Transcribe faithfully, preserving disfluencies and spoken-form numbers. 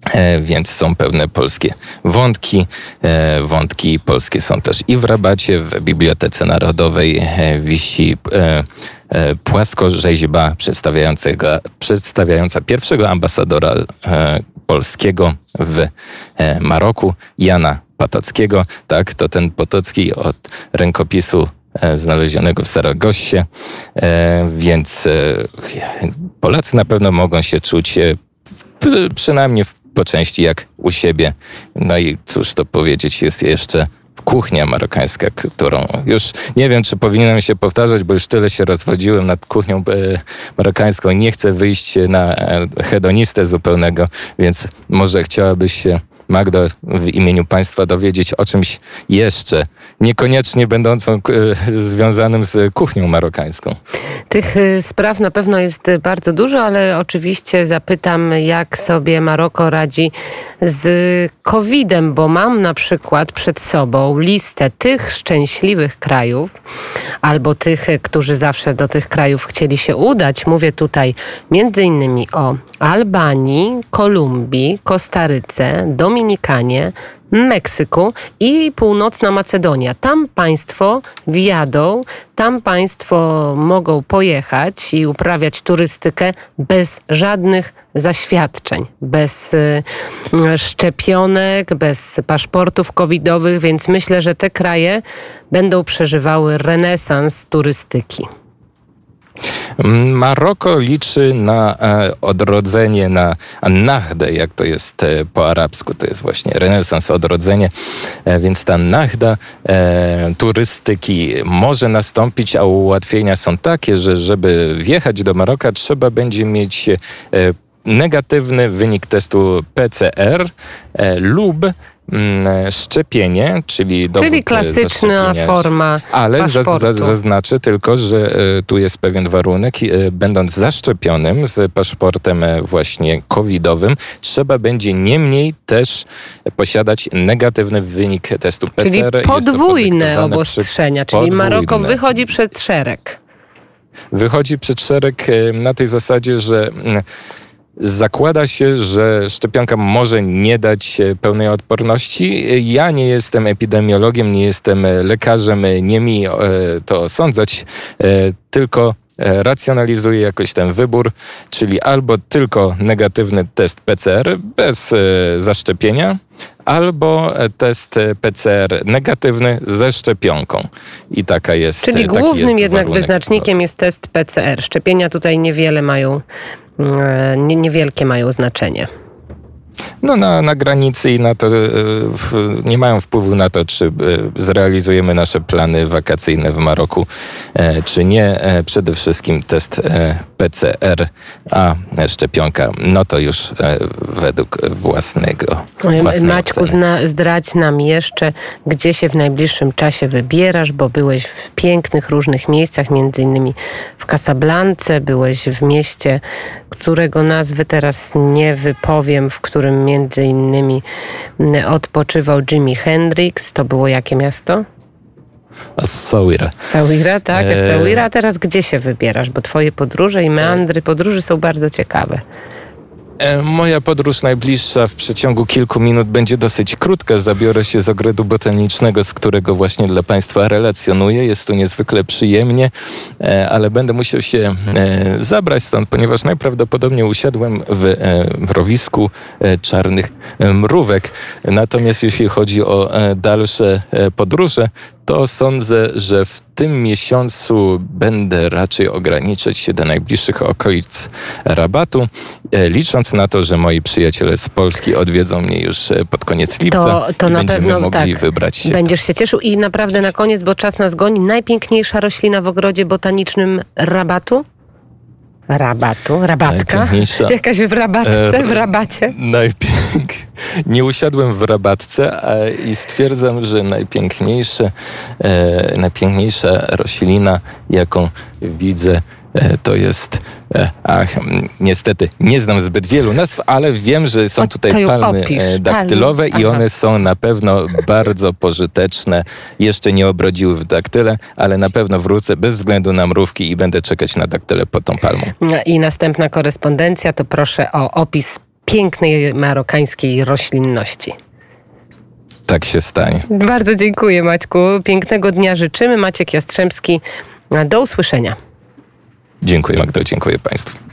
Więc są pewne polskie wątki. Wątki polskie są też i w Rabacie. W Bibliotece Narodowej wisi płaskorzeźba przedstawiającego, przedstawiająca pierwszego ambasadora polskiego w Maroku, Jana Potockiego. Tak, to ten Potocki od rękopisu znalezionego w Saragossie. Więc Polacy na pewno mogą się czuć przynajmniej po części jak u siebie. No i cóż to powiedzieć, jest jeszcze kuchnia marokańska, którą już nie wiem, czy powinienem się powtarzać, bo już tyle się rozwodziłem nad kuchnią marokańską. Nie chcę wyjść na hedonistę zupełnego, więc może chciałabyś się, Magdo, w imieniu państwa dowiedzieć o czymś jeszcze, niekoniecznie będącą e, związanym z kuchnią marokańską. Tych spraw na pewno jest bardzo dużo, ale oczywiście zapytam, jak sobie Maroko radzi z kowidem, bo mam na przykład przed sobą listę tych szczęśliwych krajów, albo tych, którzy zawsze do tych krajów chcieli się udać. Mówię tutaj między innymi o Albanii, Kolumbii, Kostaryce, Dominikanie, Meksyku i Północna Macedonia. Tam państwo wjadą, tam państwo mogą pojechać i uprawiać turystykę bez żadnych zaświadczeń, bez y, szczepionek, bez paszportów covidowych, więc myślę, że te kraje będą przeżywały renesans turystyki. Maroko liczy na e, odrodzenie, na nahdę, jak to jest e, po arabsku, to jest właśnie renesans, odrodzenie, e, więc ta nahda e, turystyki może nastąpić, a ułatwienia są takie, że żeby wjechać do Maroka, trzeba będzie mieć e, negatywny wynik testu P C R e, lub szczepienie, czyli dowód Czyli klasyczna forma ale paszportu. Ale zaznaczę tylko, że tu jest pewien warunek. Będąc zaszczepionym z paszportem właśnie covidowym, trzeba będzie niemniej też posiadać negatywny wynik testu P C R. Czyli podwójne obostrzenia, czyli podwójne. Maroko wychodzi przed szereg. Wychodzi przed szereg na tej zasadzie, że zakłada się, że szczepionka może nie dać pełnej odporności. Ja nie jestem epidemiologiem, nie jestem lekarzem, nie mi to osądzać, tylko racjonalizuję jakoś ten wybór, czyli albo tylko negatywny test P C R bez zaszczepienia, albo test P C R negatywny ze szczepionką. I taka jest. Czyli głównym jest jednak wyznacznikiem jest test P C R. Szczepienia tutaj niewiele mają, nie, niewielkie mają znaczenie. No na, na granicy i na to nie mają wpływu na to, czy zrealizujemy nasze plany wakacyjne w Maroku, czy nie. Przede wszystkim test P C R, a szczepionka, no to już według własnego. Maćku, zna, zdradź nam jeszcze, gdzie się w najbliższym czasie wybierasz, bo byłeś w pięknych różnych miejscach, między innymi w Casablance, byłeś w mieście, którego nazwy teraz nie wypowiem, w którym między innymi odpoczywał Jimi Hendrix. To było jakie miasto? Essaouira. Essaouira, tak, Essaouira. A teraz gdzie się wybierasz? Bo twoje podróże i meandry podróży są bardzo ciekawe. Moja podróż najbliższa w przeciągu kilku minut będzie dosyć krótka. Zabiorę się z ogrodu botanicznego, z którego właśnie dla Państwa relacjonuję. Jest tu niezwykle przyjemnie, ale będę musiał się zabrać stąd, ponieważ najprawdopodobniej usiadłem w mrowisku czarnych mrówek. Natomiast jeśli chodzi o dalsze podróże, to sądzę, że w tym miesiącu będę raczej ograniczać się do najbliższych okolic Rabatu, licząc na to, że moi przyjaciele z Polski odwiedzą mnie już pod koniec lipca to, to i na będziemy pewno, mogli tak, wybrać się. Będziesz się cieszył i naprawdę na koniec, bo czas nas goni, najpiękniejsza roślina w ogrodzie botanicznym Rabatu? Rabatu, rabatka. Jakaś w rabatce, e, w rabacie. Najpięk... Nie usiadłem w rabatce a, i stwierdzam, że najpiękniejsze, e, najpiękniejsza roślina, jaką widzę, e, to jest... E, ach, niestety nie znam zbyt wielu nazw, ale wiem, że są o, tutaj palmy opisz, daktylowe palmy. i one są na pewno bardzo pożyteczne. Jeszcze nie obrodziły w daktyle, ale na pewno wrócę bez względu na mrówki i będę czekać na daktyle pod tą palmą. I następna korespondencja to proszę o opis pięknej marokańskiej roślinności. Tak się stanie. Bardzo dziękuję, Maćku. Pięknego dnia życzymy. Maciek Jastrzębski. Do usłyszenia. Dziękuję, Magdo, dziękuję Państwu.